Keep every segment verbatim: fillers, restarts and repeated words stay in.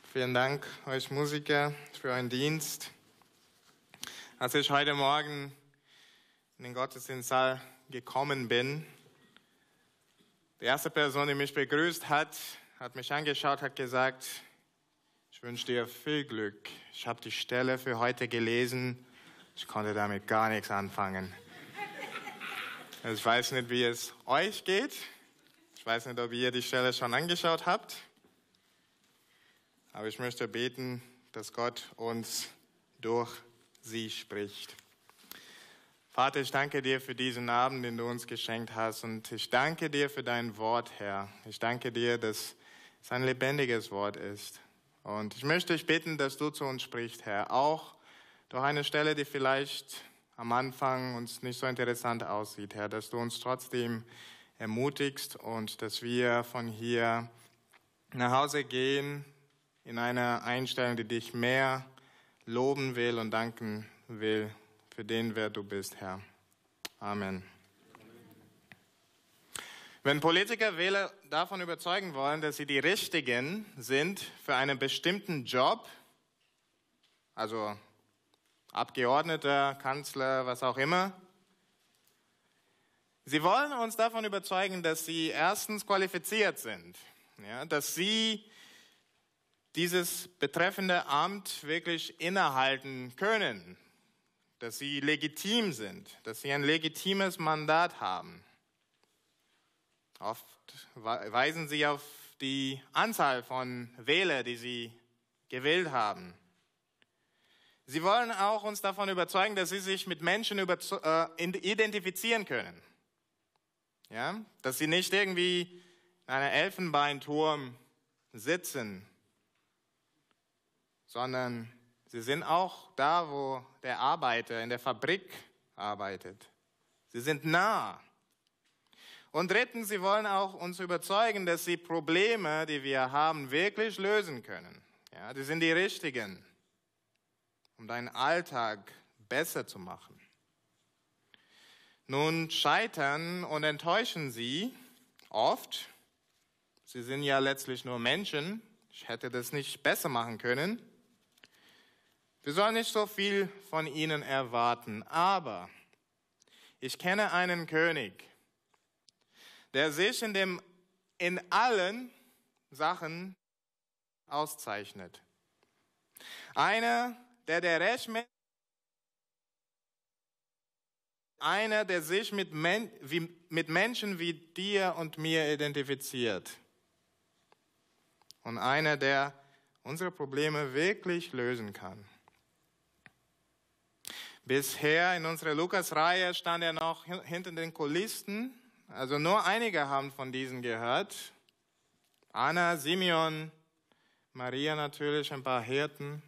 Vielen Dank euch Musiker für euren Dienst. Als ich heute Morgen in den Gottesdienstsaal gekommen bin, die erste Person, die mich begrüßt hat, hat mich angeschaut, hat gesagt, ich wünsche dir viel Glück. Ich habe die Stelle für heute gelesen, ich konnte damit gar nichts anfangen. Also ich weiß nicht, wie es euch geht. Ich weiß nicht, ob ihr die Stelle schon angeschaut habt. Aber ich möchte beten, dass Gott uns durch sie spricht. Vater, ich danke dir für diesen Abend, den du uns geschenkt hast. Und ich danke dir für dein Wort, Herr. Ich danke dir, dass es ein lebendiges Wort ist. Und ich möchte dich bitten, dass du zu uns sprichst, Herr. Auch durch eine Stelle, die vielleicht am Anfang uns nicht so interessant aussieht, Herr. Dass du uns trotzdem ermutigst und dass wir von hier nach Hause gehen, in einer Einstellung, die dich mehr loben will und danken will für den, wer du bist, Herr. Amen. Wenn Politiker Wähler davon überzeugen wollen, dass sie die Richtigen sind für einen bestimmten Job, also Abgeordneter, Kanzler, was auch immer, sie wollen uns davon überzeugen, dass sie erstens qualifiziert sind, ja, dass sie dieses betreffende Amt wirklich innehalten können, dass sie legitim sind, dass sie ein legitimes Mandat haben. Oft weisen sie auf die Anzahl von Wählern, die sie gewählt haben. Sie wollen auch uns davon überzeugen, dass sie sich mit Menschen äh, identifizieren können. Ja? Dass sie nicht irgendwie in einem Elfenbeinturm sitzen, sondern sie sind auch da, wo der Arbeiter in der Fabrik arbeitet. Sie sind nah. Und drittens, sie wollen auch uns überzeugen, dass sie Probleme, die wir haben, wirklich lösen können. Ja, die sind die richtigen, um deinen Alltag besser zu machen. Nun scheitern und enttäuschen sie oft. Sie sind ja letztlich nur Menschen. Ich hätte das nicht besser machen können. Wir sollen nicht so viel von ihnen erwarten, aber ich kenne einen König, der sich in, dem, in allen Sachen auszeichnet. Einer, der der Rechtmäßige, einer, der sich mit, Men, wie, mit Menschen wie dir und mir identifiziert. Und einer, der unsere Probleme wirklich lösen kann. Bisher in unserer Lukas-Reihe stand er noch hinter den Kulissen. Also nur einige haben von diesen gehört. Anna, Simeon, Maria natürlich, ein paar Hirten.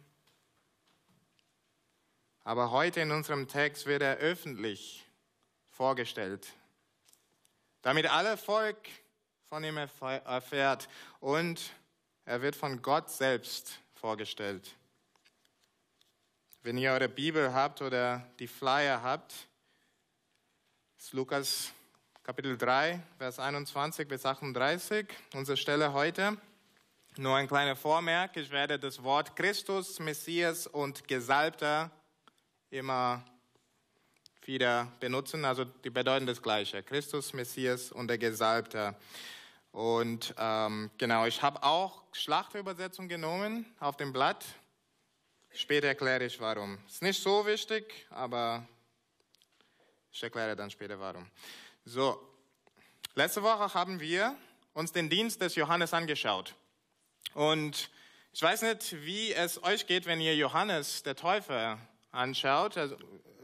Aber heute in unserem Text wird er öffentlich vorgestellt, damit alle Volk von ihm erfährt. Und er wird von Gott selbst vorgestellt. Wenn ihr eure Bibel habt oder die Flyer habt, ist Lukas Kapitel drei, Vers einundzwanzig bis achtunddreißig, unsere Stelle heute. Nur ein kleiner Vormerk, ich werde das Wort Christus, Messias und Gesalbter immer wieder benutzen, also die bedeuten das Gleiche, Christus, Messias und der Gesalbter. Und ähm, genau, ich habe auch Schlachterübersetzung genommen auf dem Blatt. Später erkläre ich, warum. Ist nicht so wichtig, aber ich erkläre dann später, warum. So, letzte Woche haben wir uns den Dienst des Johannes angeschaut. Und ich weiß nicht, wie es euch geht, wenn ihr Johannes, der Täufer, anschaut. Also,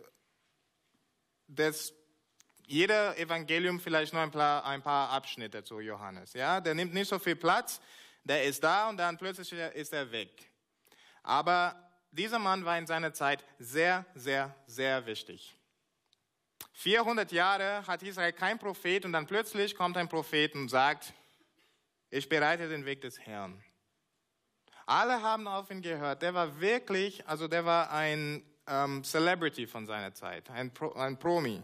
das, jeder Evangelium vielleicht nur ein paar, ein paar Abschnitte zu Johannes. Ja? Der nimmt nicht so viel Platz, der ist da und dann plötzlich ist er weg. Aber dieser Mann war in seiner Zeit sehr, sehr, sehr wichtig. vierhundert Jahre hat Israel kein Prophet und dann plötzlich kommt ein Prophet und sagt, ich bereite den Weg des Herrn. Alle haben auf ihn gehört. Der war wirklich, also der war ein ähm, Celebrity von seiner Zeit, ein, Pro, ein Promi.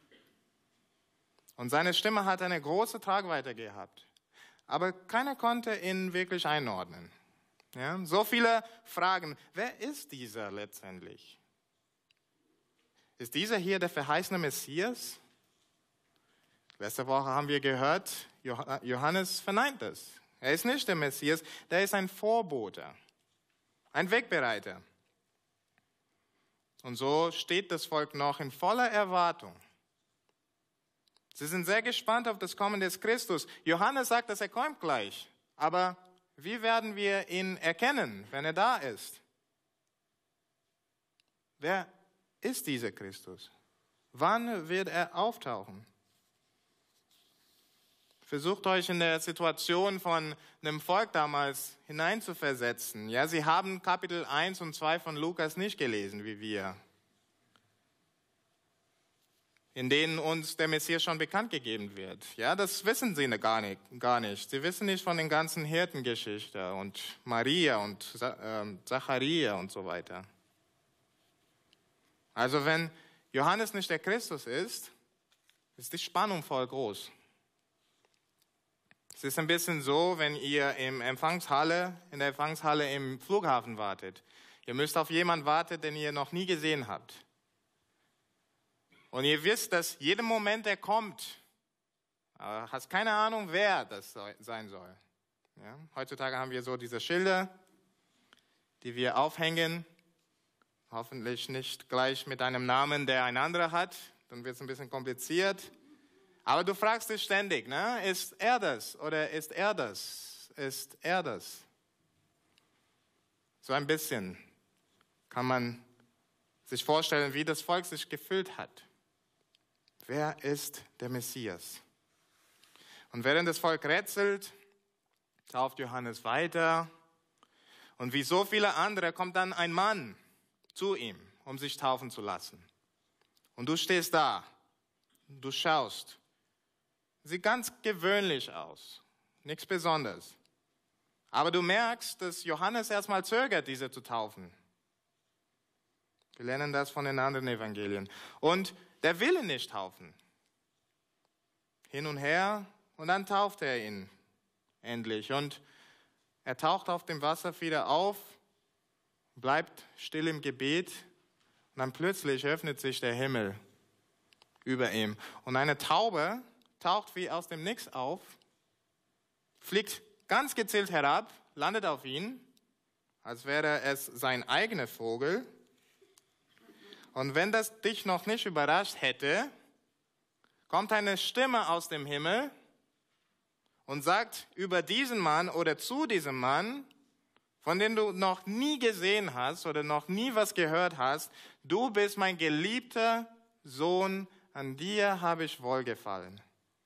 Und seine Stimme hat eine große Tragweite gehabt. Aber keiner konnte ihn wirklich einordnen. Ja, so viele Fragen. Wer ist dieser letztendlich? Ist dieser hier der verheißene Messias? Letzte Woche haben wir gehört, Johannes verneint es. Er ist nicht der Messias, der ist ein Vorbote, ein Wegbereiter. Und so steht das Volk noch in voller Erwartung. Sie sind sehr gespannt auf das Kommen des Christus. Johannes sagt, dass er kommt gleich. Aber wie werden wir ihn erkennen, wenn er da ist? Wer ist dieser Christus? Wann wird er auftauchen? Versucht euch in der Situation von einem Volk damals hineinzuversetzen. Ja, sie haben Kapitel eins und zwei von Lukas nicht gelesen, wie wir, in denen uns der Messias schon bekannt gegeben wird. Ja, das wissen sie gar nicht, gar nicht. Sie wissen nicht von den ganzen Hirtengeschichten und Maria und Zacharia und so weiter. Also wenn Johannes nicht der Christus ist, ist die Spannung voll groß. Es ist ein bisschen so, wenn ihr im Empfangshalle, in der Empfangshalle im Flughafen wartet. Ihr müsst auf jemanden warten, den ihr noch nie gesehen habt. Und ihr wisst, dass jeden Moment, der kommt, aber hast keine Ahnung, wer das sein soll. Ja? Heutzutage haben wir so diese Schilder, die wir aufhängen. Hoffentlich nicht gleich mit einem Namen, der ein anderer hat. Dann wird es ein bisschen kompliziert. Aber du fragst dich ständig, ne? Ist er das oder ist er das? Ist er das? So ein bisschen kann man sich vorstellen, wie das Volk sich gefühlt hat. Wer ist der Messias? Und während das Volk rätselt, tauft Johannes weiter. Und wie so viele andere kommt dann ein Mann zu ihm, um sich taufen zu lassen. Und du stehst da, du schaust. Sieht ganz gewöhnlich aus, nichts Besonderes. Aber du merkst, dass Johannes erstmal zögert, diese zu taufen. Wir lernen das von den anderen Evangelien. Und der will ihn nicht taufen. Hin und her und dann tauft er ihn endlich. Und er taucht auf dem Wasser wieder auf, bleibt still im Gebet und dann plötzlich öffnet sich der Himmel über ihm. Und eine Taube taucht wie aus dem Nix auf, fliegt ganz gezielt herab, landet auf ihn, als wäre es sein eigener Vogel. Und wenn das dich noch nicht überrascht hätte, kommt eine Stimme aus dem Himmel und sagt über diesen Mann oder zu diesem Mann, von dem du noch nie gesehen hast oder noch nie was gehört hast, du bist mein geliebter Sohn, an dir habe ich wohlgefallen.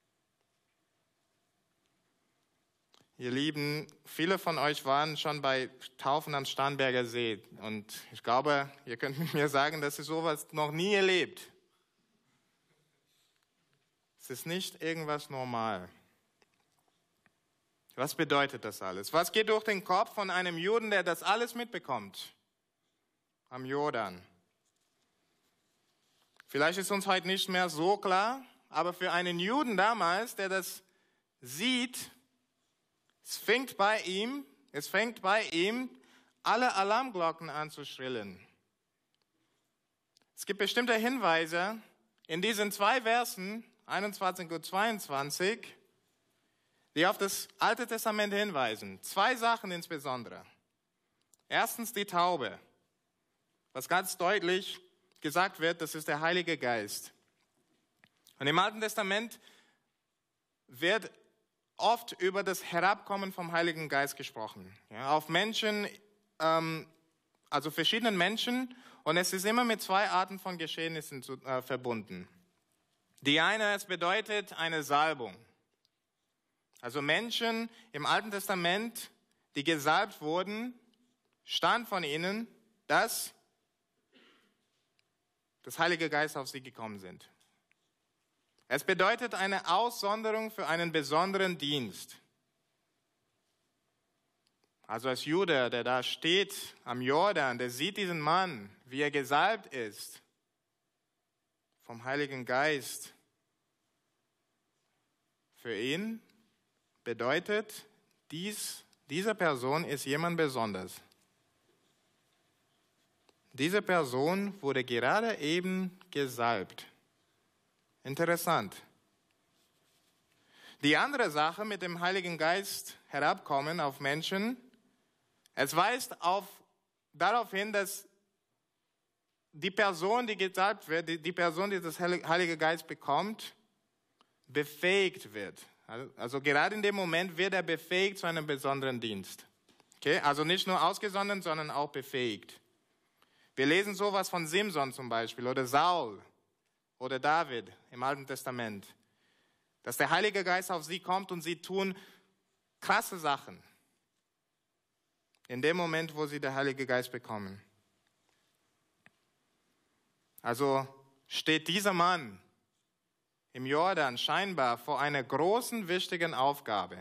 Ihr Lieben, viele von euch waren schon bei Taufen am Starnberger See und ich glaube, ihr könnt mit mir sagen, dass ihr sowas noch nie erlebt. Es ist nicht irgendwas normal. Was bedeutet das alles? Was geht durch den Kopf von einem Juden, der das alles mitbekommt? Am Jordan. Vielleicht ist uns heute nicht mehr so klar, aber für einen Juden damals, der das sieht, es fängt bei ihm, es fängt bei ihm, alle Alarmglocken an zu schrillen. Es gibt bestimmte Hinweise in diesen zwei Versen, einundzwanzig und zweiundzwanzig, die auf das Alte Testament hinweisen. Zwei Sachen insbesondere. Erstens die Taube, was ganz deutlich gesagt wird, das ist der Heilige Geist. Und im Alten Testament wird oft über das Herabkommen vom Heiligen Geist gesprochen. Ja, auf Menschen, ähm, also verschiedenen Menschen, und es ist immer mit zwei Arten von Geschehnissen zu, äh, verbunden. Die eine, es bedeutet eine Salbung. Also Menschen im Alten Testament, die gesalbt wurden, stand von ihnen, dass das Heilige Geist auf sie gekommen sind. Es bedeutet eine Aussonderung für einen besonderen Dienst. Also als Jude, der da steht am Jordan, der sieht diesen Mann, wie er gesalbt ist vom Heiligen Geist. Für ihn bedeutet dies diese Person ist jemand Besonderes. Diese Person wurde gerade eben gesalbt. Interessant. Die andere Sache mit dem Heiligen Geist herabkommen auf Menschen, es weist auf, darauf hin, dass die Person, die gesalbt wird, die, die Person, die das Heilige Geist bekommt, befähigt wird. Also, also gerade in dem Moment wird er befähigt zu einem besonderen Dienst. Okay? Also nicht nur ausgesonnen, sondern auch befähigt. Wir lesen sowas von Simson zum Beispiel oder Saul oder David im Alten Testament, dass der Heilige Geist auf sie kommt und sie tun krasse Sachen in dem Moment, wo sie den Heiligen Geist bekommen. Also steht dieser Mann im Jordan scheinbar vor einer großen, wichtigen Aufgabe.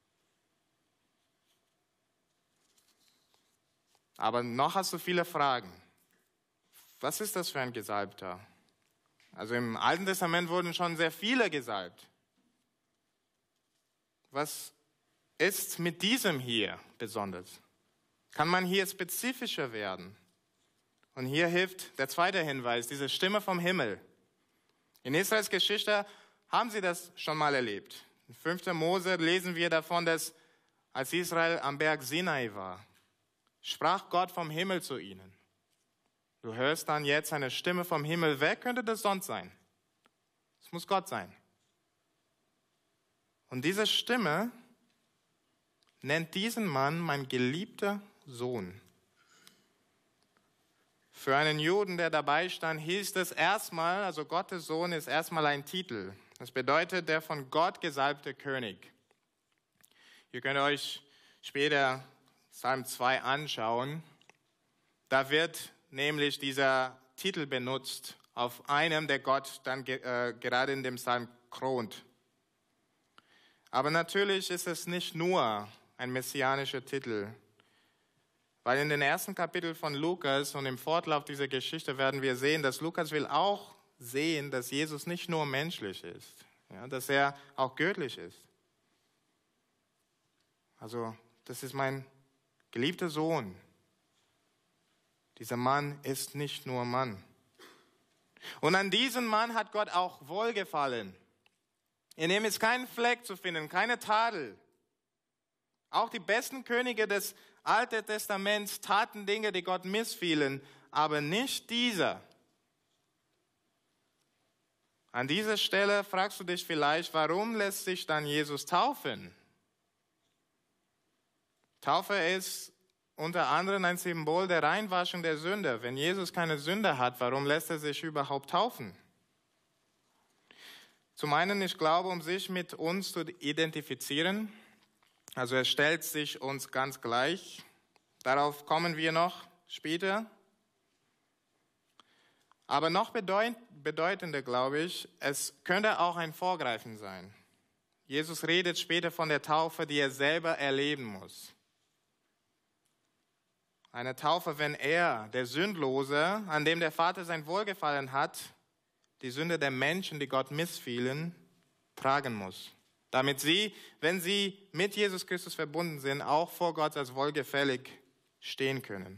Aber noch hast du viele Fragen. Was ist das für ein Gesalbter? Also im Alten Testament wurden schon sehr viele gesalbt. Was ist mit diesem hier besonders? Kann man hier spezifischer werden? Und hier hilft der zweite Hinweis, diese Stimme vom Himmel. In Israels Geschichte haben sie das schon mal erlebt. In fünften Mose lesen wir davon, dass als Israel am Berg Sinai war, sprach Gott vom Himmel zu ihnen. Du hörst dann jetzt eine Stimme vom Himmel. Wer könnte das sonst sein? Es muss Gott sein. Und diese Stimme nennt diesen Mann mein geliebter Sohn. Für einen Juden, der dabei stand, hieß es erstmal, also Gottes Sohn ist erstmal ein Titel. Das bedeutet der von Gott gesalbte König. Ihr könnt euch später Psalm zwei anschauen. Da wird nämlich dieser Titel benutzt auf einem, der Gott dann ge- äh, gerade in dem Psalm kront. Aber natürlich ist es nicht nur ein messianischer Titel, weil in den ersten Kapiteln von Lukas und im Fortlauf dieser Geschichte werden wir sehen, dass Lukas will auch sehen, dass Jesus nicht nur menschlich ist, ja, dass er auch göttlich ist. Also, das ist mein geliebter Sohn. Dieser Mann ist nicht nur Mann. Und an diesem Mann hat Gott auch wohlgefallen. In ihm ist kein Fleck zu finden, keine Tadel. Auch die besten Könige des Alten Testaments taten Dinge, die Gott missfielen, aber nicht dieser. An dieser Stelle fragst du dich vielleicht, warum lässt sich dann Jesus taufen? Taufe ist unter anderem ein Symbol der Reinwaschung der Sünde. Wenn Jesus keine Sünde hat, warum lässt er sich überhaupt taufen? Zum einen, ich glaube, um sich mit uns zu identifizieren. Also er stellt sich uns ganz gleich. Darauf kommen wir noch später. Aber noch bedeutender, glaube ich, es könnte auch ein Vorgreifen sein. Jesus redet später von der Taufe, die er selber erleben muss. Eine Taufe, wenn er, der Sündlose, an dem der Vater sein Wohlgefallen hat, die Sünde der Menschen, die Gott missfielen, tragen muss. Damit sie, wenn sie mit Jesus Christus verbunden sind, auch vor Gott als wohlgefällig stehen können.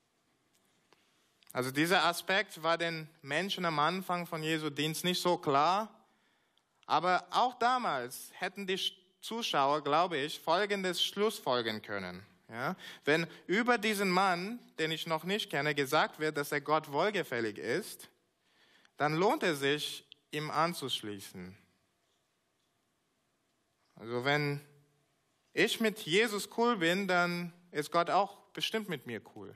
Also dieser Aspekt war den Menschen am Anfang von Jesu Dienst nicht so klar, aber auch damals hätten die Zuschauer, glaube ich, folgendes schlussfolgern können. Ja? Wenn über diesen Mann, den ich noch nicht kenne, gesagt wird, dass er Gott wohlgefällig ist, dann lohnt es sich, ihm anzuschließen. Also wenn ich mit Jesus cool bin, dann ist Gott auch bestimmt mit mir cool.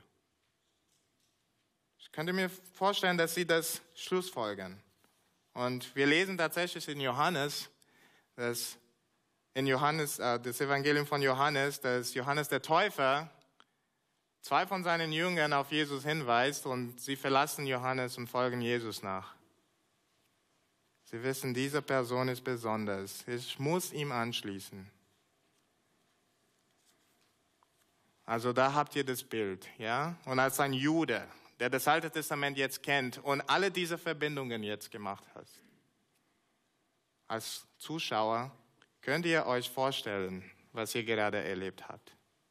Ich könnte mir vorstellen, dass sie das schlussfolgern. Und wir lesen tatsächlich in Johannes, dass in Johannes, äh, das Evangelium von Johannes, dass Johannes der Täufer zwei von seinen Jüngern auf Jesus hinweist und sie verlassen Johannes und folgen Jesus nach. Sie wissen, diese Person ist besonders. Ich muss ihm anschließen. Also da habt ihr das Bild, ja? Und als ein Jude, der das Alte Testament jetzt kennt und alle diese Verbindungen jetzt gemacht hat, als Zuschauer könnt ihr euch vorstellen, was ihr gerade erlebt habt.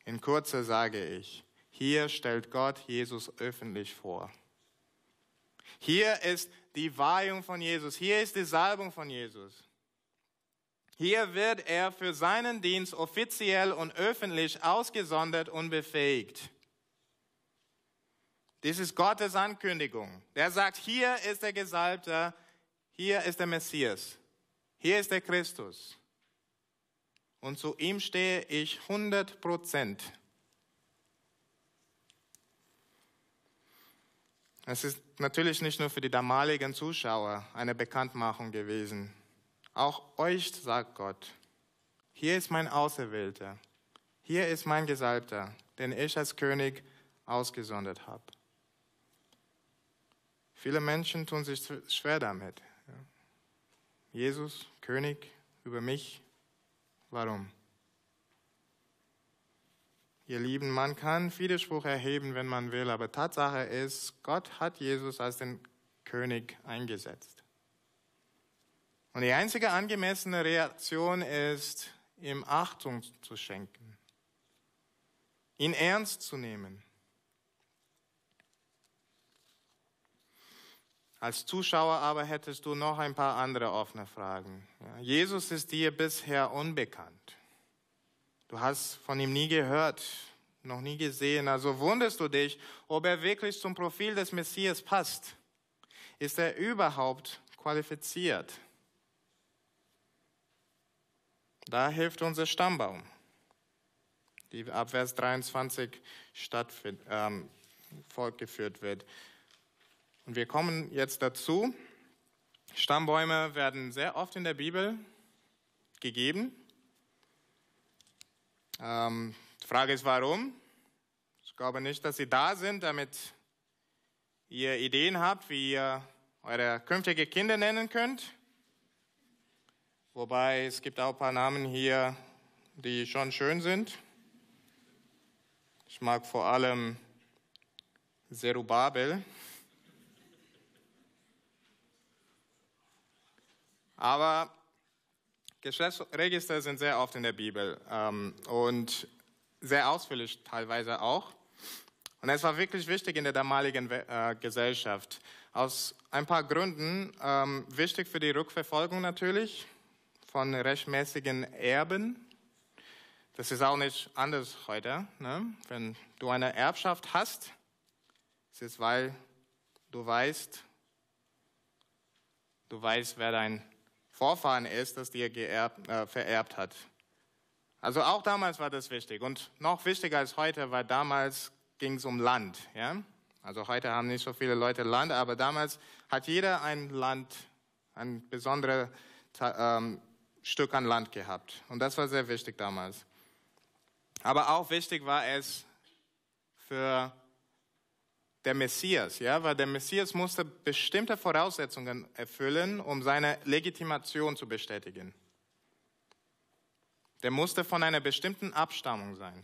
In Kürze sage ich, hier stellt Gott Jesus öffentlich vor. Hier ist die Weihung von Jesus, hier ist die Salbung von Jesus. Hier wird er für seinen Dienst offiziell und öffentlich ausgesondert und befähigt. Dies ist Gottes Ankündigung. Der sagt, hier ist der Gesalbte, hier ist der Messias, hier ist der Christus. Und zu ihm stehe ich hundert Prozent. Es ist natürlich nicht nur für die damaligen Zuschauer eine Bekanntmachung gewesen. Auch euch sagt Gott, hier ist mein Auserwählter, hier ist mein Gesalbter, den ich als König ausgesondert habe. Viele Menschen tun sich schwer damit. Jesus, König über mich, warum? Ihr Lieben, man kann Widerspruch erheben, wenn man will, aber Tatsache ist, Gott hat Jesus als den König eingesetzt. Und die einzige angemessene Reaktion ist, ihm Achtung zu schenken, ihn ernst zu nehmen. Als Zuschauer aber hättest du noch ein paar andere offene Fragen. Ja, Jesus ist dir bisher unbekannt. Du hast von ihm nie gehört, noch nie gesehen. Also wunderst du dich, ob er wirklich zum Profil des Messias passt. Ist er überhaupt qualifiziert? Da hilft unser Stammbaum, die ab Vers dreiundzwanzig stattfind, ähm, fortgeführt wird. Und wir kommen jetzt dazu. Stammbäume werden sehr oft in der Bibel gegeben. Ähm, die Frage ist, warum? Ich glaube nicht, dass sie da sind, damit ihr Ideen habt, wie ihr eure künftigen Kinder nennen könnt. Wobei es gibt auch ein paar Namen hier, die schon schön sind. Ich mag vor allem Zerubabel. Aber Geschlechtsregister sind sehr oft in der Bibel ähm, und sehr ausführlich teilweise auch. Und es war wirklich wichtig in der damaligen äh, Gesellschaft. Aus ein paar Gründen. Ähm, wichtig für die Rückverfolgung natürlich von rechtmäßigen Erben. Das ist auch nicht anders heute. Ne? Wenn du eine Erbschaft hast, ist es, weil du weißt, du weißt, wer dein Vorfahren ist, das dir geerbt, äh, vererbt hat. Also auch damals war das wichtig und noch wichtiger als heute, weil damals ging es um Land. Ja? Also heute haben nicht so viele Leute Land, aber damals hat jeder ein Land, ein besonderes ähm, Stück an Land gehabt. Und das war sehr wichtig damals. Aber auch wichtig war es für der Messias, ja, weil der Messias musste bestimmte Voraussetzungen erfüllen, um seine Legitimation zu bestätigen. Der musste von einer bestimmten Abstammung sein.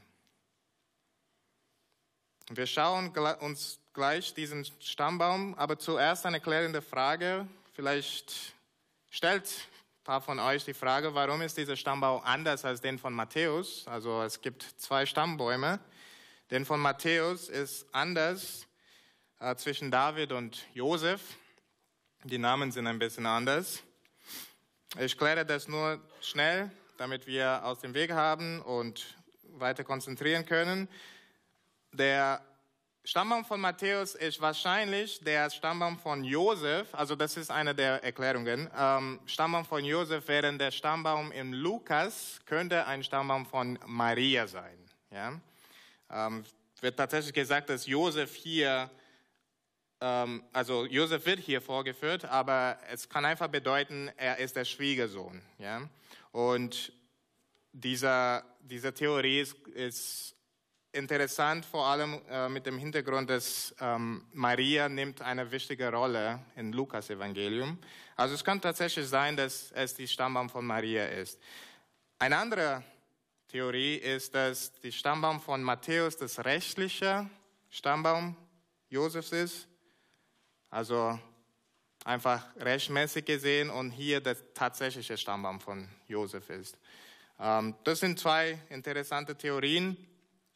Wir schauen uns gleich diesen Stammbaum, aber zuerst eine klärende Frage. Vielleicht stellt ein paar von euch die Frage, warum ist dieser Stammbaum anders als den von Matthäus? Also es gibt zwei Stammbäume. Den von Matthäus ist anders äh, zwischen David und Josef. Die Namen sind ein bisschen anders. Ich kläre das nur schnell, damit wir aus dem Weg haben und weiter konzentrieren können. Der Stammbaum von Matthäus ist wahrscheinlich der Stammbaum von Josef, also das ist eine der Erklärungen. Ähm, Stammbaum von Josef, während der Stammbaum in Lukas könnte ein Stammbaum von Maria sein. Ja? Ähm, wird tatsächlich gesagt, dass Josef hier, ähm, also Josef wird hier vorgeführt, aber es kann einfach bedeuten, er ist der Schwiegersohn. Ja? Und dieser, diese Theorie ist, ist interessant, vor allem äh, mit dem Hintergrund, dass ähm, Maria nimmt eine wichtige Rolle im Lukas-Evangelium. Also es kann tatsächlich sein, dass es die Stammbaum von Maria ist. Eine andere Theorie ist, dass die Stammbaum von Matthäus das rechtliche Stammbaum Josefs ist. Also einfach rechtmäßig gesehen und hier der tatsächliche Stammbaum von Josef ist. Ähm, das sind zwei interessante Theorien.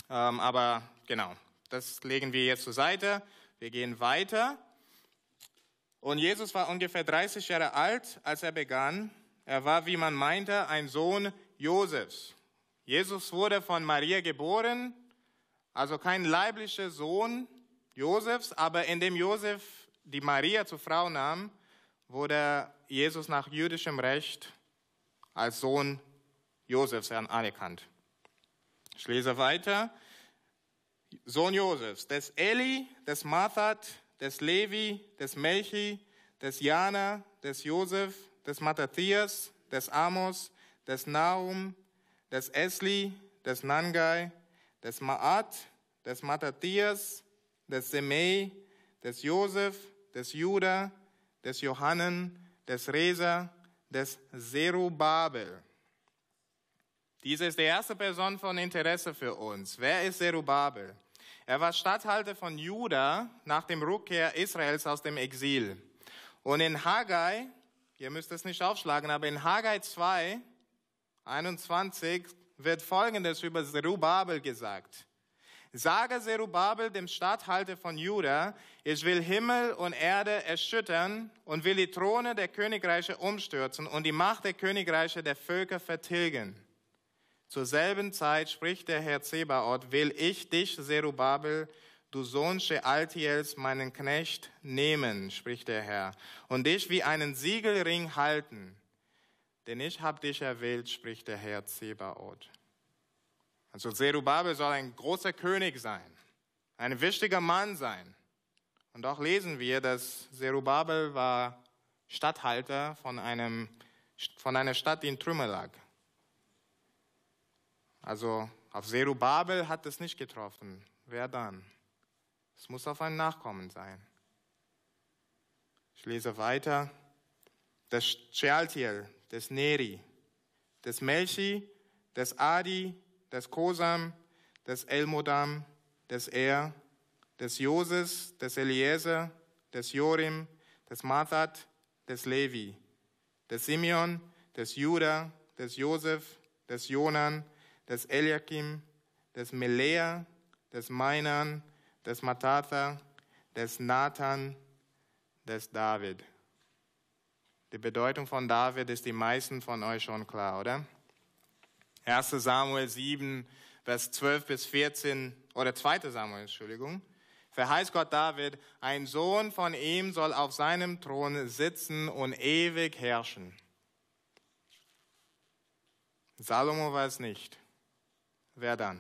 Ähm, aber genau, das legen wir jetzt zur Seite. Wir gehen weiter. Und Jesus war ungefähr dreißig Jahre alt, als er begann. Er war, wie man meinte, ein Sohn Josefs. Jesus wurde von Maria geboren, also kein leiblicher Sohn Josefs, aber indem Josef die Maria zur Frau nahm, wurde Jesus nach jüdischem Recht als Sohn Josefs anerkannt. Ich lese weiter. Sohn Josefs, des Eli, des Mathat, des Levi, des Melchi, des Jana, des Josef, des Mattathias, des Amos, des Nahum, des Esli, des Nangai, des Maat, des Mattathias, des Semei, des Josef, des Juda, des Johanan, des Resa, des Zerubabel. Diese ist die erste Person von Interesse für uns. Wer ist Zerubabel? Er war Statthalter von Juda nach dem Rückkehr Israels aus dem Exil. Und in Haggai, ihr müsst es nicht aufschlagen, aber in Haggai zwei, einundzwanzig wird Folgendes über Zerubabel gesagt. Sage Zerubabel, dem Statthalter von Juda, ich will Himmel und Erde erschüttern und will die Throne der Königreiche umstürzen und die Macht der Königreiche der Völker vertilgen. Zur selben Zeit spricht der Herr Zebaoth, will ich dich, Zerubabel, du Sohn Shealtiels, meinen Knecht, nehmen, spricht der Herr, und dich wie einen Siegelring halten. Denn ich habe dich erwählt, spricht der Herr Zebaoth. Also Zerubabel soll ein großer König sein, ein wichtiger Mann sein. Und auch lesen wir, dass Zerubabel war Statthalter von, einem, von einer Stadt, die in Trümmer lag. Also auf Zerubabel hat es nicht getroffen. Wer dann? Es muss auf einen Nachkommen sein. Ich lese weiter. Des Shealtiel, des Neri, des Melchi, des Adi, des Kosam, des Elmodam, des Er, des Joses, des Eliezer, des Jorim, des Mathat, des Levi, des Simeon, des Juda, des Josef, des Jonan, des Eliakim, des Melea, des Mainan, des Mattatha, des Nathan, des David. Die Bedeutung von David ist die meisten von euch schon klar, oder? erster Samuel sieben, Vers zwölf bis vierzehn, oder zweiter Samuel, Entschuldigung, verheißt Gott David, ein Sohn von ihm soll auf seinem Thron sitzen und ewig herrschen. Salomo war es nicht. Wer dann?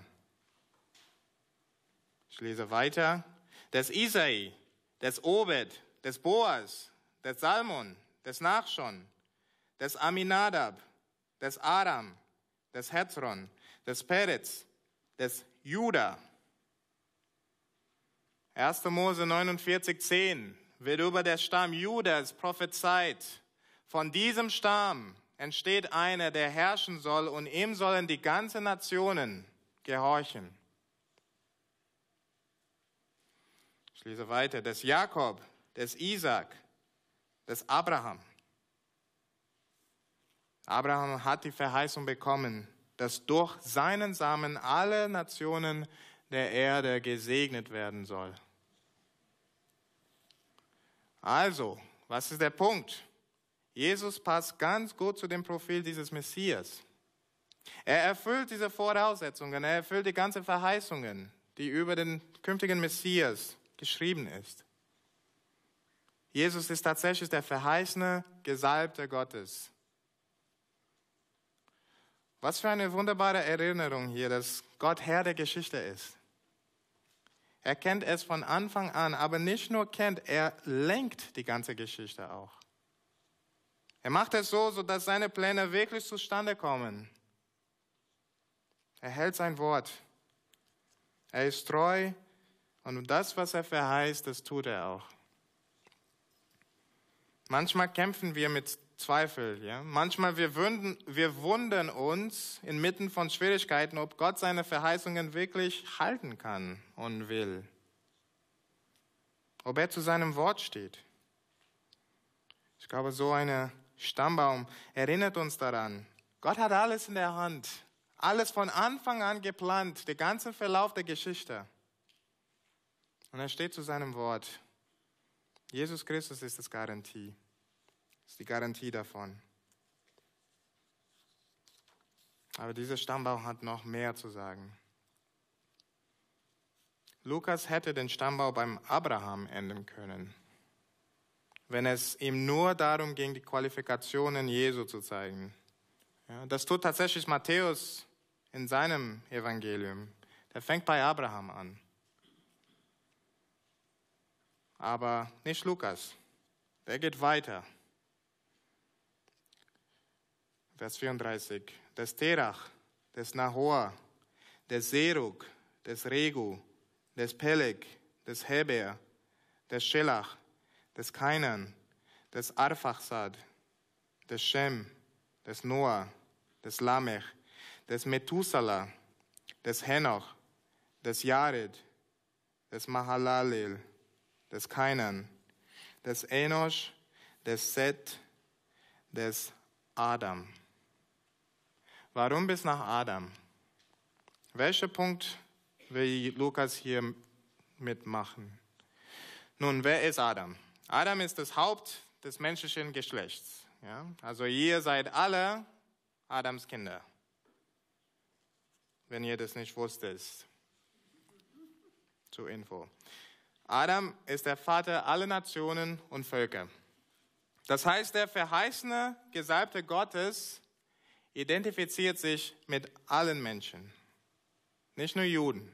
Ich lese weiter. Des Isai, des Obed, des Boas, des Salmon, des Nachschon, des Aminadab, des Aram, des Hezron, des Peretz, des Juda. erster Mose neunundvierzig, zehn wird über der Stamm Judas prophezeit. Von diesem Stamm entsteht einer, der herrschen soll, und ihm sollen die ganzen Nationen gehorchen. Ich lese weiter. Des Jakob, des Isaac, des Abraham. Abraham hat die Verheißung bekommen, dass durch seinen Samen alle Nationen der Erde gesegnet werden soll. Also, was ist der Punkt? Jesus passt ganz gut zu dem Profil dieses Messias. Er erfüllt diese Voraussetzungen, er erfüllt die ganzen Verheißungen, die über den künftigen Messias geschrieben ist. Jesus ist tatsächlich der verheißene Gesalbte Gottes. Was für eine wunderbare Erinnerung hier, dass Gott Herr der Geschichte ist. Er kennt es von Anfang an, aber nicht nur kennt, er lenkt die ganze Geschichte auch. Er macht es so, sodass seine Pläne wirklich zustande kommen. Er hält sein Wort. Er ist treu und das, was er verheißt, das tut er auch. Manchmal kämpfen wir mit Zweifel. Ja? Manchmal wir wundern, wir wundern uns inmitten von Schwierigkeiten, ob Gott seine Verheißungen wirklich halten kann und will. Ob er zu seinem Wort steht. Ich glaube, so ein Stammbaum erinnert uns daran. Gott hat alles in der Hand. Alles von Anfang an geplant, den ganzen Verlauf der Geschichte. Und er steht zu seinem Wort. Jesus Christus ist das Garantie. Ist die Garantie davon. Aber dieser Stammbaum hat noch mehr zu sagen. Lukas hätte den Stammbau beim Abraham enden können, wenn es ihm nur darum ging, die Qualifikationen Jesu zu zeigen. Ja, das tut tatsächlich Matthäus in seinem Evangelium. Der fängt bei Abraham an. Aber nicht Lukas. Der geht weiter. Vers vierunddreißig. Des Terach, des Nahor, des Serug, des Regu, des Peleg, des Heber, des Schelach, des Kainan, des Arphaxad, des Shem, des Noah, des Lamech, des Methuselah, des Henoch, des Jared, des Mahalalel, des Kainan, des Enosh, des Seth, des Adam. Warum bis nach Adam? Welcher Punkt will Lukas hier mitmachen? Nun, wer ist Adam? Adam ist das Haupt des menschlichen Geschlechts. Ja? Also ihr seid alle Adams Kinder, wenn ihr das nicht wusstet. Zur Info. Adam ist der Vater aller Nationen und Völker. Das heißt, der verheißene Gesalbte Gottes identifiziert sich mit allen Menschen, nicht nur Juden.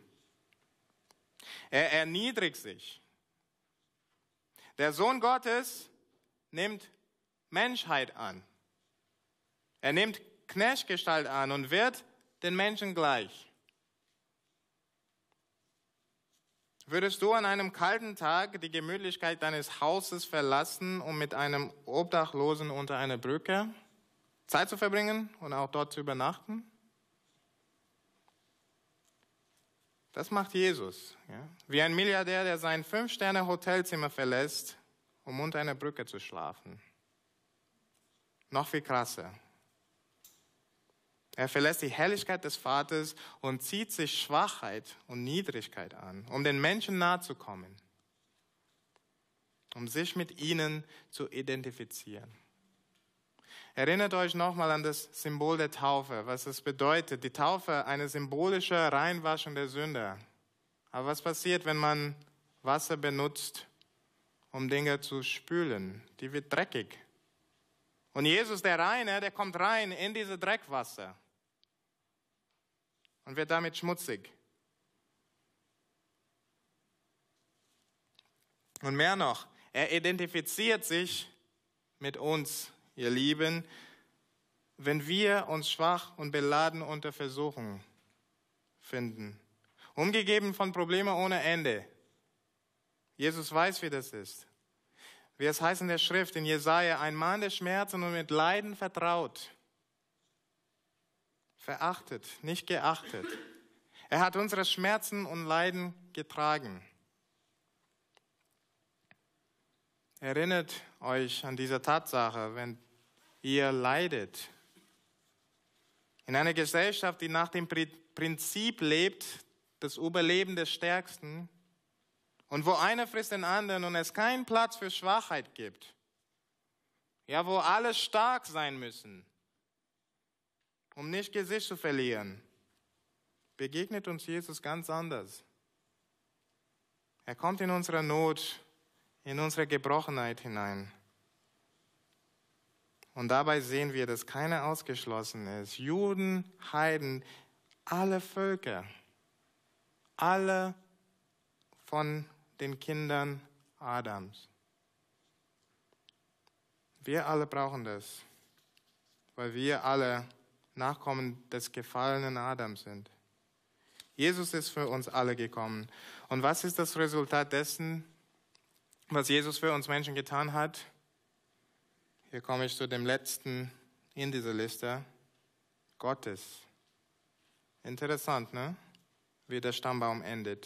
Er erniedrigt sich. Der Sohn Gottes nimmt Menschheit an. Er nimmt Knechtgestalt an und wird den Menschen gleich. Würdest du an einem kalten Tag die Gemütlichkeit deines Hauses verlassen, um mit einem Obdachlosen unter einer Brücke Zeit zu verbringen und auch dort zu übernachten? Das macht Jesus. Ja? Wie ein Milliardär, der sein Fünf-Sterne-Hotelzimmer verlässt, um unter einer Brücke zu schlafen. Noch viel krasser. Er verlässt die Herrlichkeit des Vaters und zieht sich Schwachheit und Niedrigkeit an, um den Menschen nahe zu kommen, um sich mit ihnen zu identifizieren. Erinnert euch nochmal an das Symbol der Taufe, was es bedeutet. Die Taufe, eine symbolische Reinwaschung der Sünder. Aber was passiert, wenn man Wasser benutzt, um Dinge zu spülen? Die wird dreckig. Und Jesus, der Reine, der kommt rein in diese Dreckwasser und wird damit schmutzig. Und mehr noch, er identifiziert sich mit uns, ihr Lieben, wenn wir uns schwach und beladen unter Versuchung finden, umgegeben von Problemen ohne Ende. Jesus weiß, wie das ist. Wie es heißt in der Schrift, in Jesaja, ein Mann der Schmerzen und mit Leiden vertraut. Verachtet, nicht geachtet. Er hat unsere Schmerzen und Leiden getragen. Erinnert euch an diese Tatsache, wenn ihr leidet. In einer Gesellschaft, die nach dem Prinzip lebt, das Überleben des Stärksten, und wo einer frisst den anderen und es keinen Platz für Schwachheit gibt. Ja, wo alle stark sein müssen, um nicht Gesicht zu verlieren, begegnet uns Jesus ganz anders. Er kommt in unsere Not, in unsere Gebrochenheit hinein. Und dabei sehen wir, dass keiner ausgeschlossen ist. Juden, Heiden, alle Völker, alle von den Kindern Adams. Wir alle brauchen das, weil wir alle Nachkommen des gefallenen Adams sind. Jesus ist für uns alle gekommen. Und was ist das Resultat dessen, was Jesus für uns Menschen getan hat? Hier komme ich zu dem letzten in dieser Liste. Gottes. Interessant, ne? Wie der Stammbaum endet.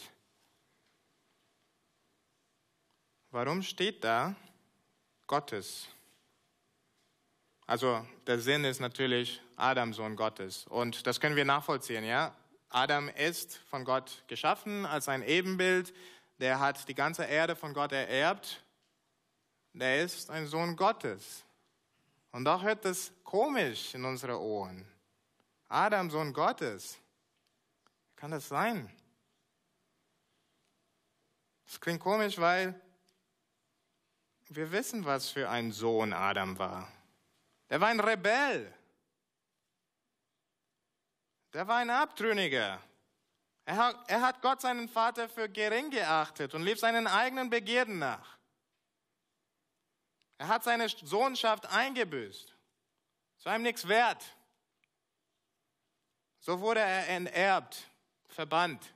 Warum steht da Gottes? Also der Sinn ist natürlich Adam, Sohn Gottes. Und das können wir nachvollziehen, ja? Adam ist von Gott geschaffen als ein Ebenbild. Der hat die ganze Erde von Gott ererbt. Der ist ein Sohn Gottes. Und doch hört das komisch in unsere Ohren. Adam, Sohn Gottes. Wie kann das sein? Das klingt komisch, weil wir wissen, was für ein Sohn Adam war. Der war ein Rebell. Der war ein Abtrünniger. Er hat, er hat Gott, seinen Vater, für gering geachtet und lief seinen eigenen Begierden nach. Er hat seine Sohnschaft eingebüßt. Es war ihm nichts wert. So wurde er enterbt, verbannt.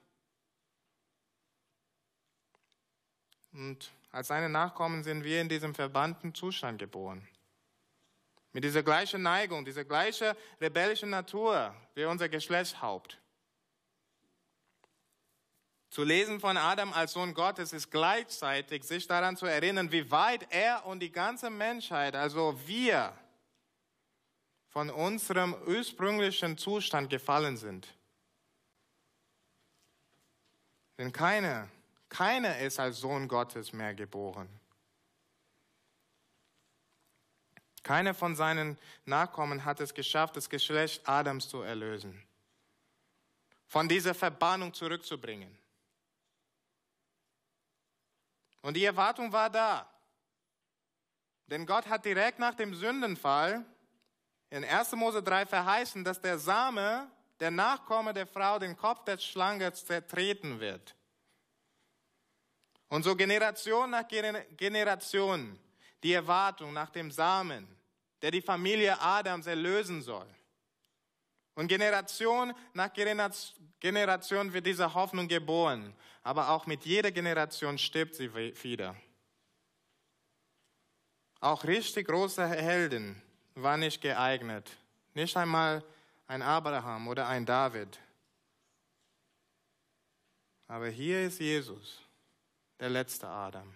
Und als seine Nachkommen sind wir in diesem verbannten Zustand geboren. Mit dieser gleichen Neigung, dieser gleichen rebellischen Natur wie unser Geschlechtshaupt. Zu lesen von Adam als Sohn Gottes ist gleichzeitig, sich daran zu erinnern, wie weit er und die ganze Menschheit, also wir, von unserem ursprünglichen Zustand gefallen sind. Denn keiner, keiner ist als Sohn Gottes mehr geboren. Keiner von seinen Nachkommen hat es geschafft, das Geschlecht Adams zu erlösen, von dieser Verbannung zurückzubringen. Und die Erwartung war da. Denn Gott hat direkt nach dem Sündenfall in erster Mose drei verheißen, dass der Same, der Nachkomme der Frau, den Kopf der Schlange zertreten wird. Und so Generation nach Generation die Erwartung nach dem Samen, der die Familie Adams erlösen soll. Und Generation nach Generation wird diese Hoffnung geboren. Aber auch mit jeder Generation stirbt sie wieder. Auch richtig große Helden waren nicht geeignet. Nicht einmal ein Abraham oder ein David. Aber hier ist Jesus, der letzte Adam.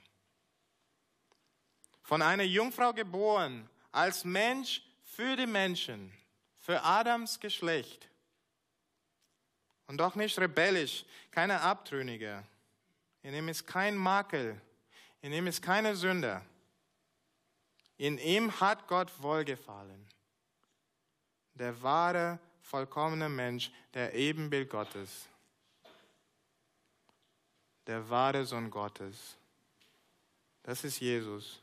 Von einer Jungfrau geboren, als Mensch für die Menschen, für Adams Geschlecht. Und doch nicht rebellisch, keine Abtrünnige. In ihm ist kein Makel, in ihm ist keine Sünde. In ihm hat Gott wohlgefallen. Der wahre, vollkommene Mensch, der Ebenbild Gottes. Der wahre Sohn Gottes. Das ist Jesus.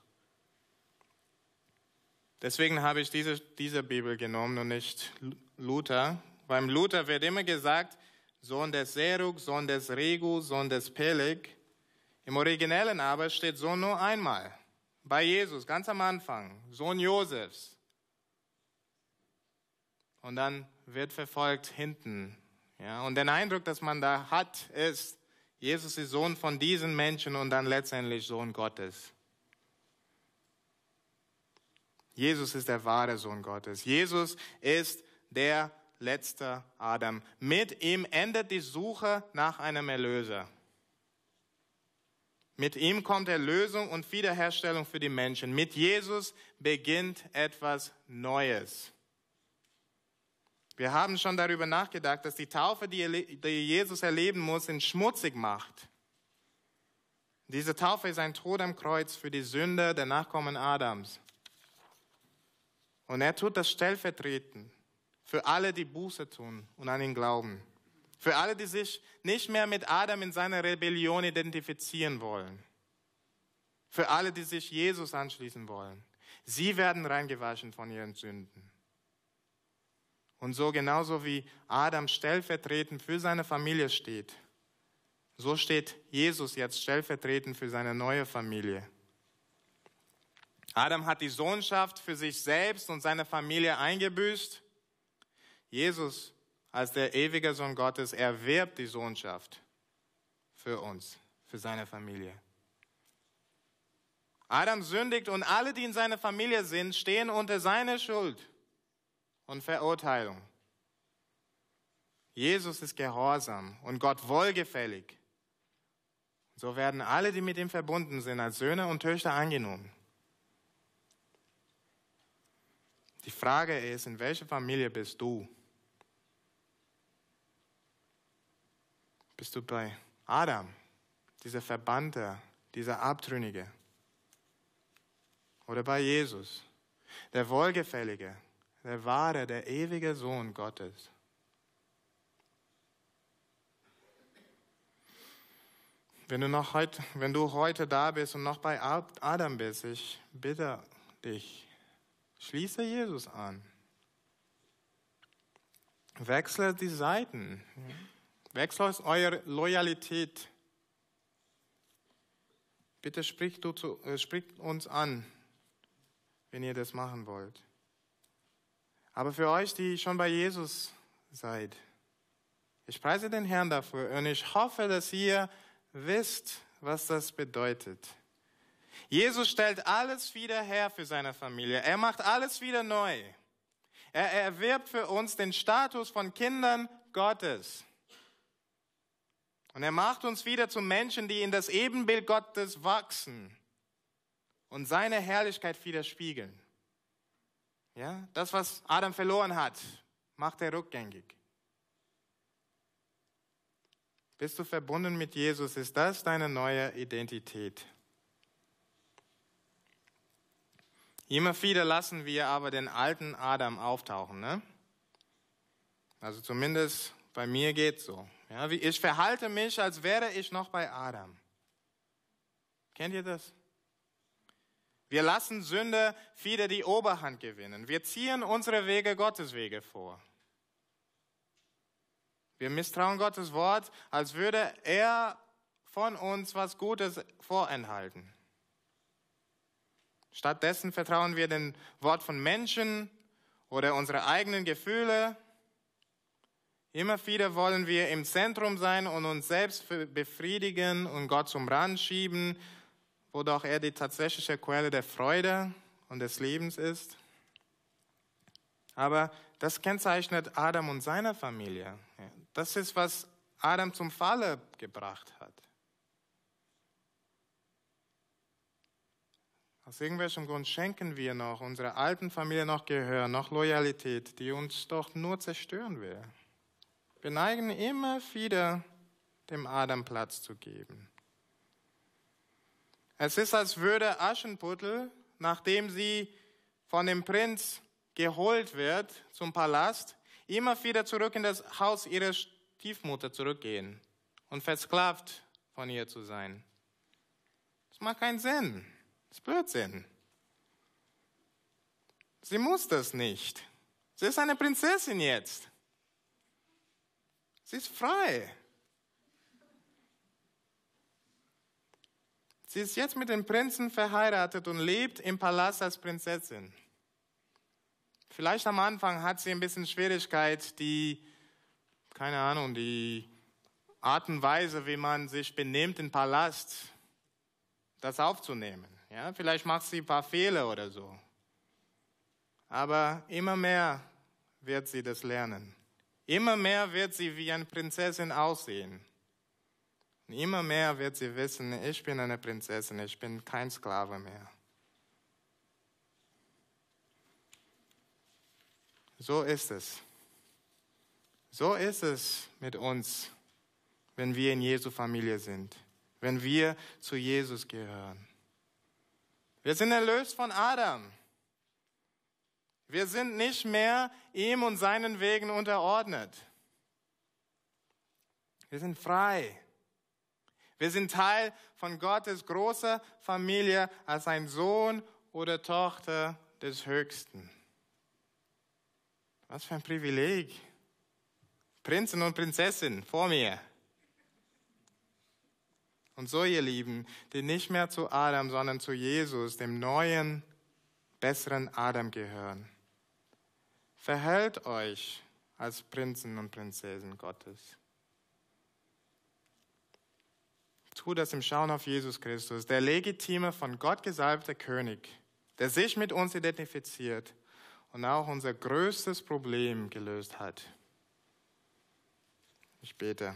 Deswegen habe ich diese, diese Bibel genommen und nicht Luther. Beim Luther wird immer gesagt, Sohn des Serug, Sohn des Regu, Sohn des Peleg. Im Originellen aber steht Sohn nur einmal. Bei Jesus, ganz am Anfang, Sohn Josefs. Und dann wird verfolgt hinten. Ja, und der Eindruck, dass man da hat, ist, Jesus ist Sohn von diesen Menschen und dann letztendlich Sohn Gottes. Jesus ist der wahre Sohn Gottes. Jesus ist der letzte Adam. Mit ihm endet die Suche nach einem Erlöser. Mit ihm kommt Erlösung und Wiederherstellung für die Menschen. Mit Jesus beginnt etwas Neues. Wir haben schon darüber nachgedacht, dass die Taufe, die Jesus erleben muss, ihn schmutzig macht. Diese Taufe ist ein Tod am Kreuz für die Sünde der Nachkommen Adams. Und er tut das stellvertretend für alle, die Buße tun und an ihn glauben. Für alle, die sich nicht mehr mit Adam in seiner Rebellion identifizieren wollen. Für alle, die sich Jesus anschließen wollen. Sie werden reingewaschen von ihren Sünden. Und so genauso wie Adam stellvertretend für seine Familie steht, so steht Jesus jetzt stellvertretend für seine neue Familie. Adam hat die Sohnschaft für sich selbst und seine Familie eingebüßt. Jesus, als der ewige Sohn Gottes, erwirbt die Sohnschaft für uns, für seine Familie. Adam sündigt und alle, die in seiner Familie sind, stehen unter seiner Schuld und Verurteilung. Jesus ist gehorsam und Gott wohlgefällig. So werden alle, die mit ihm verbunden sind, als Söhne und Töchter angenommen. Die Frage ist, in welcher Familie bist du? Bist du bei Adam, dieser Verbannte, dieser Abtrünnige? Oder bei Jesus, der Wohlgefällige, der wahre, der ewige Sohn Gottes? Wenn du, noch heute, wenn du heute da bist und noch bei Adam bist, ich bitte dich, schließe Jesus an. Wechsle die Seiten. Wechsle eure Loyalität. Bitte spricht, du zu, äh, spricht uns an, wenn ihr das machen wollt. Aber für euch, die schon bei Jesus seid, ich preise den Herrn dafür und ich hoffe, dass ihr wisst, was das bedeutet. Jesus stellt alles wieder her für seine Familie. Er macht alles wieder neu. Er erwirbt für uns den Status von Kindern Gottes. Und er macht uns wieder zu Menschen, die in das Ebenbild Gottes wachsen und seine Herrlichkeit widerspiegeln. Ja, das, was Adam verloren hat, macht er rückgängig. Bist du verbunden mit Jesus? Ist das deine neue Identität? Immer wieder lassen wir aber den alten Adam auftauchen. Ne? Also zumindest bei mir geht es so. Ja, ich verhalte mich, als wäre ich noch bei Adam. Kennt ihr das? Wir lassen Sünde wieder die Oberhand gewinnen. Wir ziehen unsere Wege Gottes Wege vor. Wir misstrauen Gottes Wort, als würde er von uns was Gutes vorenthalten. Stattdessen vertrauen wir dem Wort von Menschen oder unsere eigenen Gefühle. Immer wieder wollen wir im Zentrum sein und uns selbst befriedigen und Gott zum Rand schieben, wo doch er die tatsächliche Quelle der Freude und des Lebens ist. Aber das kennzeichnet Adam und seine Familie. Das ist, was Adam zum Falle gebracht hat. Aus irgendwelchem Grund schenken wir noch unserer alten Familie noch Gehör, noch Loyalität, die uns doch nur zerstören will. Wir neigen immer wieder, dem Adam Platz zu geben. Es ist, als würde Aschenputtel, nachdem sie von dem Prinz geholt wird zum Palast, immer wieder zurück in das Haus ihrer Stiefmutter zurückgehen und versklavt von ihr zu sein. Das macht keinen Sinn. Das ist Blödsinn. Sie muss das nicht. Sie ist eine Prinzessin jetzt. Sie ist frei. Sie ist jetzt mit dem Prinzen verheiratet und lebt im Palast als Prinzessin. Vielleicht am Anfang hat sie ein bisschen Schwierigkeit, die, keine Ahnung, die Art und Weise, wie man sich benimmt im Palast, das aufzunehmen. Ja, vielleicht macht sie ein paar Fehler oder so. Aber immer mehr wird sie das lernen. Immer mehr wird sie wie eine Prinzessin aussehen. Und immer mehr wird sie wissen, ich bin eine Prinzessin, ich bin kein Sklave mehr. So ist es. So ist es mit uns, wenn wir in Jesu Familie sind, wenn wir zu Jesus gehören. Wir sind erlöst von Adam. Wir sind nicht mehr ihm und seinen Wegen unterordnet. Wir sind frei. Wir sind Teil von Gottes großer Familie als ein Sohn oder Tochter des Höchsten. Was für ein Privileg. Prinzen und Prinzessin vor mir. Und so, ihr Lieben, die nicht mehr zu Adam, sondern zu Jesus, dem neuen, besseren Adam gehören. Verhält euch als Prinzen und Prinzessinnen Gottes. Tu das im Schauen auf Jesus Christus, der legitime, von Gott gesalbte König, der sich mit uns identifiziert und auch unser größtes Problem gelöst hat. Ich bete.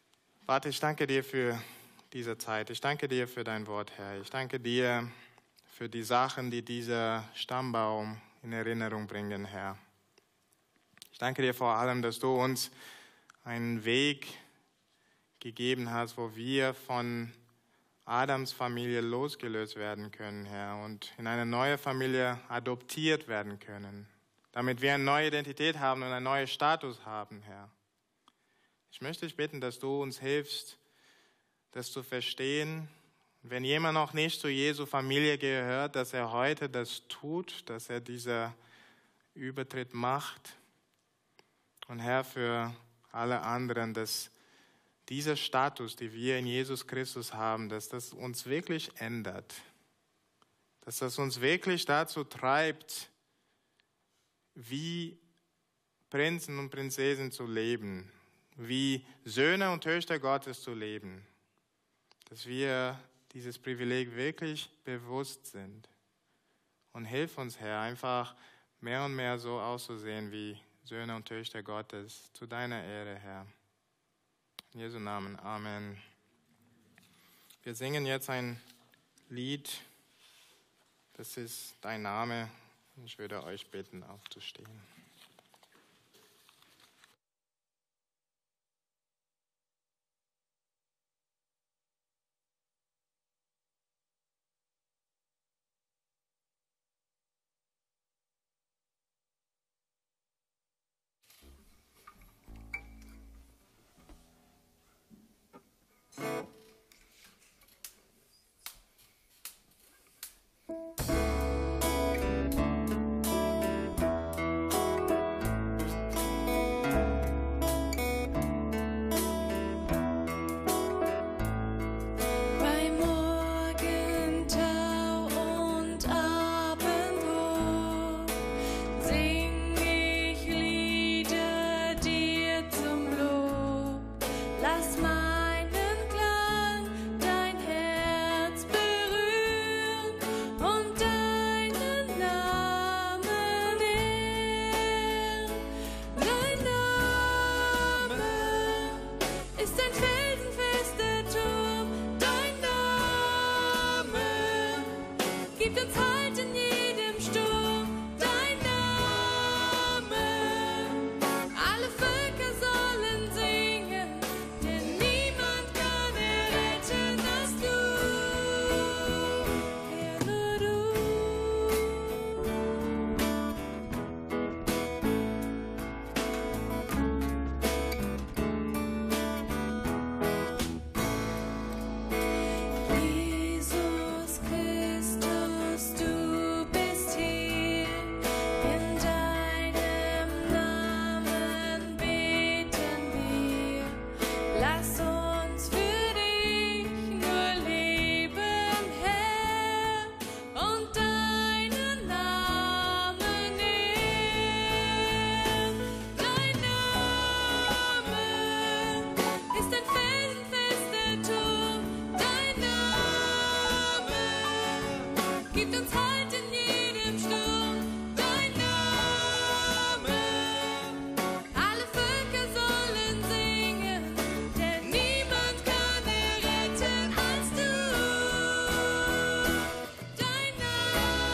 Vater, ich danke dir für diese Zeit. Ich danke dir für dein Wort, Herr. Ich danke dir für die Sachen, die dieser Stammbaum in Erinnerung bringen, Herr. Ich danke dir vor allem, dass du uns einen Weg gegeben hast, wo wir von Adams Familie losgelöst werden können, Herr, und in eine neue Familie adoptiert werden können, damit wir eine neue Identität haben und einen neuen Status haben, Herr. Ich möchte dich bitten, dass du uns hilfst, das zu verstehen. Wenn jemand noch nicht zu Jesu Familie gehört, dass er heute das tut, dass er diesen Übertritt macht. Und Herr, für alle anderen, dass dieser Status, den wir in Jesus Christus haben, dass das uns wirklich ändert. Dass das uns wirklich dazu treibt, wie Prinzen und Prinzessinnen zu leben, wie Söhne und Töchter Gottes zu leben. Dass wir dieses Privileg wirklich bewusst sind. Und hilf uns, Herr, einfach mehr und mehr so auszusehen wie Söhne und Töchter Gottes, zu deiner Ehre, Herr. In Jesu Namen, Amen. Wir singen jetzt ein Lied, das ist dein Name. Ich würde euch bitten, aufzustehen.